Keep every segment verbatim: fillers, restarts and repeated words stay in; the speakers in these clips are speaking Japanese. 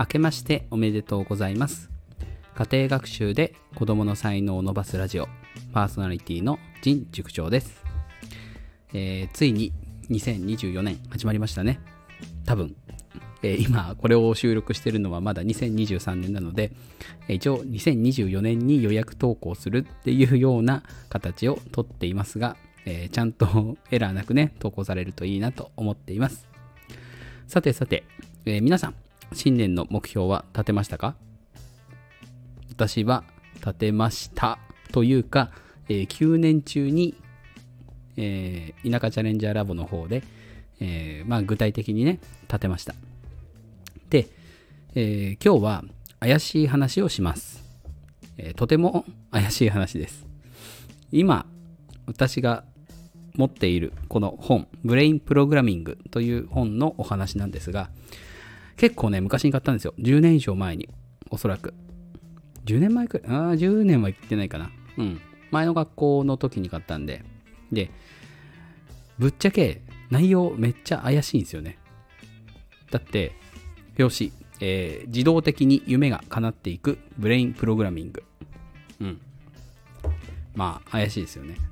明けましておめでとうございます。家庭学習で子どもの才能を伸ばすラジオパーソナリティの陣塾長です。えー、ついににせんにじゅうよねん始まりましたね。多分、えー、今これを収録しているのはまだにせんにじゅうさんねんなので、えー、一応にせんにじゅうよねんに予約投稿するっていうような形をとっていますが、えー、ちゃんとエラーなくね投稿されるといいなと思っています。さてさて、えー、皆さん新年の目標は立てましたか？私は立てましたというか、えー、きゅうねん中に、えー、田舎チャレンジャーラボの方で、えーまあ、具体的にね立てました。で、えー、今日は怪しい話をします、えー、とても怪しい話です。今私が持っているこの本ブレインプログラミングという本のお話なんですが、結構ね昔に買ったんですよ。じゅうねん以上前に、おそらくじゅうねんまえくらい、ああじゅうねんは言ってないかな。うん前の学校の時に買ったんで、でぶっちゃけ内容めっちゃ怪しいんですよね。だって表紙、えー、自動的に夢が叶っていくブレインプログラミング。うんまあ怪しいですよね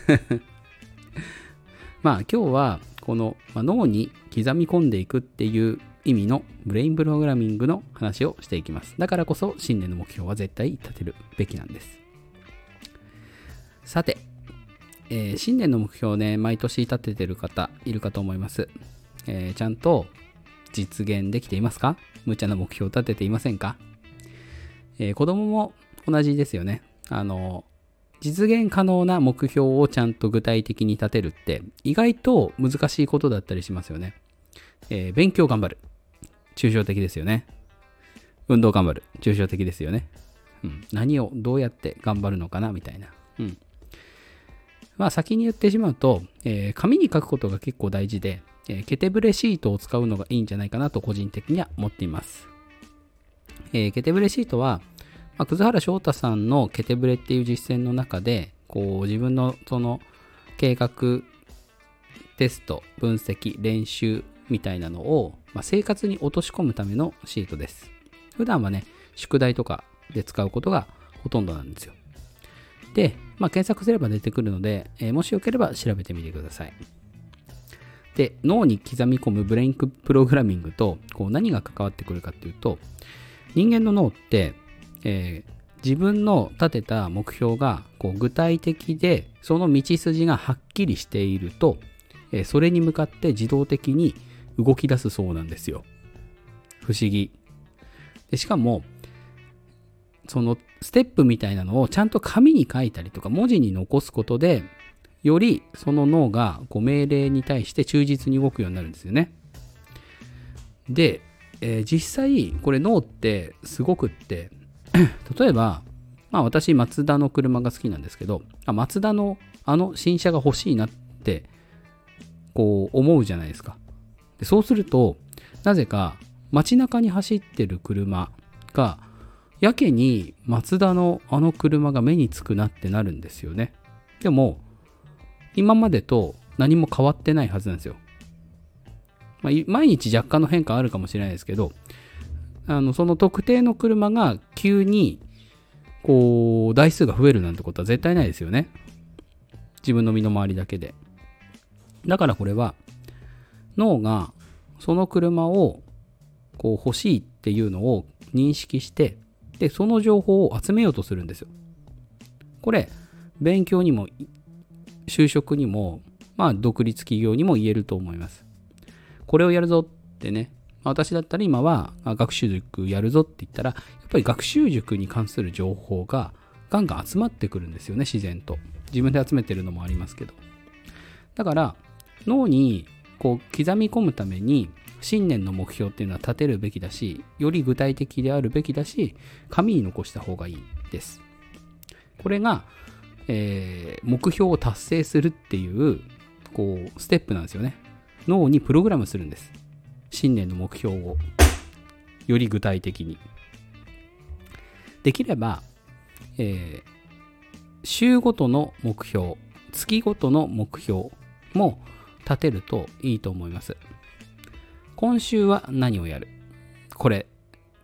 まあ今日はこの、まあ、脳に刻み込んでいくっていう意味のブレインプログラミングの話をしていきます。だからこそ新年の目標は絶対立てるべきなんです。さて、えー、新年の目標ね毎年立ててる方いるかと思います。えー、ちゃんと実現できていますか？無茶な目標を立てていませんか？えー、子供も同じですよね。あの実現可能な目標をちゃんと具体的に立てるって意外と難しいことだったりしますよね。えー、勉強頑張る、抽象的ですよね。運動頑張る、抽象的ですよね。うん、何をどうやって頑張るのかなみたいな。うん、まあ先に言ってしまうと、えー、紙に書くことが結構大事で、えー、ケテブレシートを使うのがいいんじゃないかなと個人的には思っています。えー、ケテブレシートはまあ、葛原翔太さんのケテブレっていう実践の中でこう自分のその計画、テスト、分析、練習みたいなのを、まあ、生活に落とし込むためのシートです。普段はね宿題とかで使うことがほとんどなんですよ。で、まあ、検索すれば出てくるので、えー、もしよければ調べてみてください。で、脳に刻み込むブレインプログラミングとこう何が関わってくるかっていうと、人間の脳ってえー、自分の立てた目標がこう具体的でその道筋がはっきりしていると、えー、それに向かって自動的に動き出すそうなんですよ。不思議で、しかもそのステップみたいなのをちゃんと紙に書いたりとか文字に残すことでよりその脳がこう命令に対して忠実に動くようになるんですよね。で、えー、実際これ脳ってすごくって例えば、まあ私、マツダの車が好きなんですけど、あマツダのあの新車が欲しいなって、こう思うじゃないですか。でそうすると、なぜか街中に走ってる車が、やけにマツダのあの車が目につくなってなるんですよね。でも、今までと何も変わってないはずなんですよ。まあ、毎日若干の変化あるかもしれないですけど、あのその特定の車が急にこう台数が増えるなんてことは絶対ないですよね。自分の身の回りだけで。だからこれは脳がその車をこう欲しいっていうのを認識して、でその情報を集めようとするんですよ。これ勉強にも就職にもまあ独立企業にも言えると思います。これをやるぞってね、私だったら今は学習塾やるぞって言ったら、やっぱり学習塾に関する情報がガンガン集まってくるんですよね。自然と自分で集めてるのもありますけど、だから脳にこう刻み込むために新年の目標っていうのは立てるべきだし、より具体的であるべきだし、紙に残した方がいいです。これが、えー、目標を達成するっていうこうステップなんですよね。脳にプログラムするんです。新年の目標をより具体的に。できれば、えー、週ごとの目標、月ごとの目標も立てるといいと思います。今週は何をやる？これ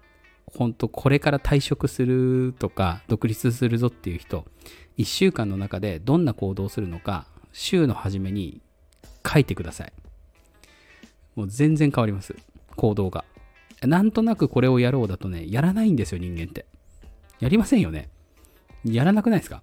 本当これから退職するとか独立するぞっていう人、いっしゅうかんの中でどんな行動をするのか週の初めに書いてください。もう全然変わります、行動が。なんとなくこれをやろうだとね、やらないんですよ、人間って。やりませんよね。やらなくないですか？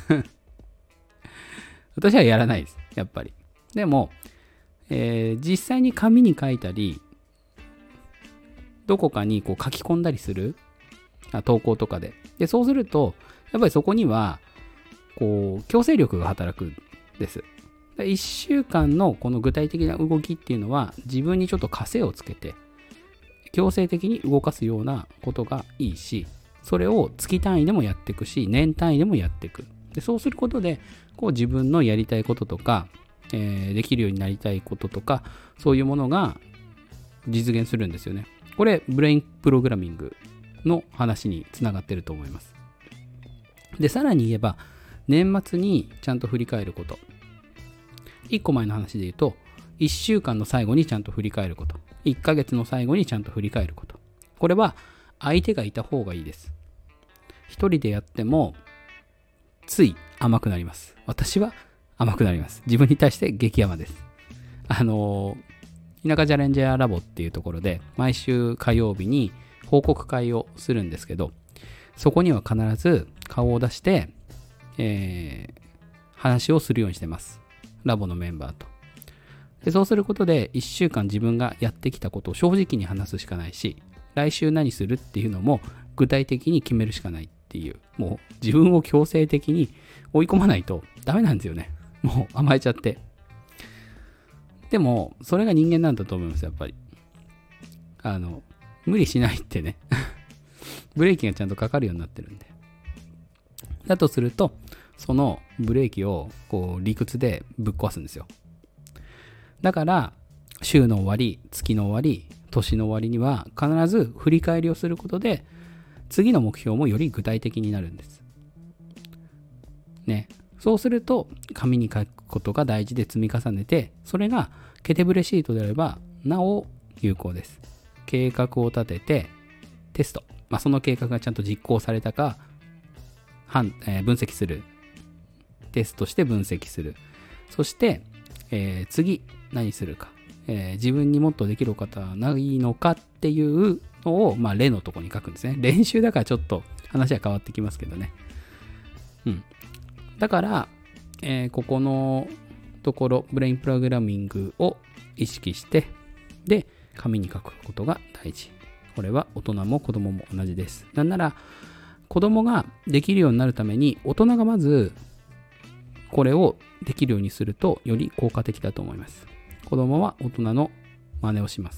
私はやらないです、やっぱり。でも、えー、実際に紙に書いたり、どこかにこう書き込んだりする、あ、投稿とかで。で、そうすると、やっぱりそこには、こう、強制力が働くんです。いっしゅうかんのこの具体的な動きっていうのは、自分にちょっと枷をつけて、強制的に動かすようなことがいいし、それを月単位でもやっていくし、年単位でもやっていく。で、そうすることで、こう自分のやりたいこととか、えー、できるようになりたいこととか、そういうものが実現するんですよね。これ、ブレインプログラミングの話につながってると思います。で、さらに言えば、年末にちゃんと振り返ること。いっこまえの話で言うと、いっしゅうかんの最後にちゃんと振り返ること。いっかげつの最後にちゃんと振り返ること。これは相手がいた方がいいです。一人でやっても、つい甘くなります。私は甘くなります。自分に対して激甘です。あのー、田舎チャレンジャーラボっていうところで、毎週火曜日に報告会をするんですけど、そこには必ず顔を出して、えー、話をするようにしてます。ラボのメンバーと。で、そうすることでいっしゅうかん自分がやってきたことを正直に話すしかないし、来週何するっていうのも具体的に決めるしかないっていう、もう自分を強制的に追い込まないとダメなんですよね。もう甘えちゃって。でも、それが人間なんだと思います、やっぱり。あの、無理しないってね。ブレーキがちゃんとかかるようになってるんで。だとすると、そのブレーキをこう理屈でぶっ壊すんですよ。だから、週の終わり、月の終わり、年の終わりには必ず振り返りをすることで、次の目標もより具体的になるんです。ね。そうすると、紙に書くことが大事で積み重ねて、それがケテブレシートであれば、なお有効です。計画を立てて、テスト。まあ、その計画がちゃんと実行されたか、判えー、分析する。テストして分析する。そして、えー、次何するか、えー、自分にもっとできることはないのかっていうのを、まあ、例のところに書くんですね。練習だからちょっと話は変わってきますけどね。うん。だから、えー、ここのところ、ブレインプログラミングを意識して、で、紙に書くことが大事。これは大人も子供も同じです。なんなら、子供ができるようになるために、大人がまず、これをできるようにするとより効果的だと思います。子供は大人の真似をします。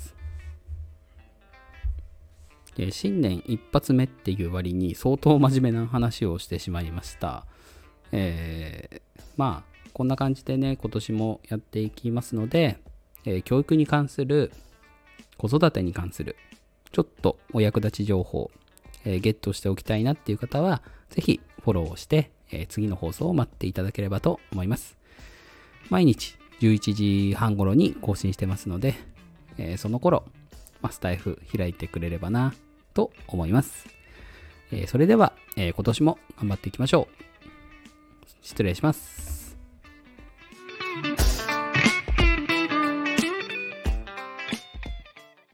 で、新年一発目っていう割に相当真面目な話をしてしまいました。えー、まあこんな感じでね、今年もやっていきますので、えー、教育に関する、子育てに関するちょっとお役立ち情報、えー、ゲットしておきたいなっていう方はぜひフォローをしてえー、次の放送を待っていただければと思います。毎日じゅういちじはん頃に更新してますので、えー、その頃、まあ、スタイフ開いてくれればなと思います。えー、それでは、えー、今年も頑張っていきましょう。失礼します。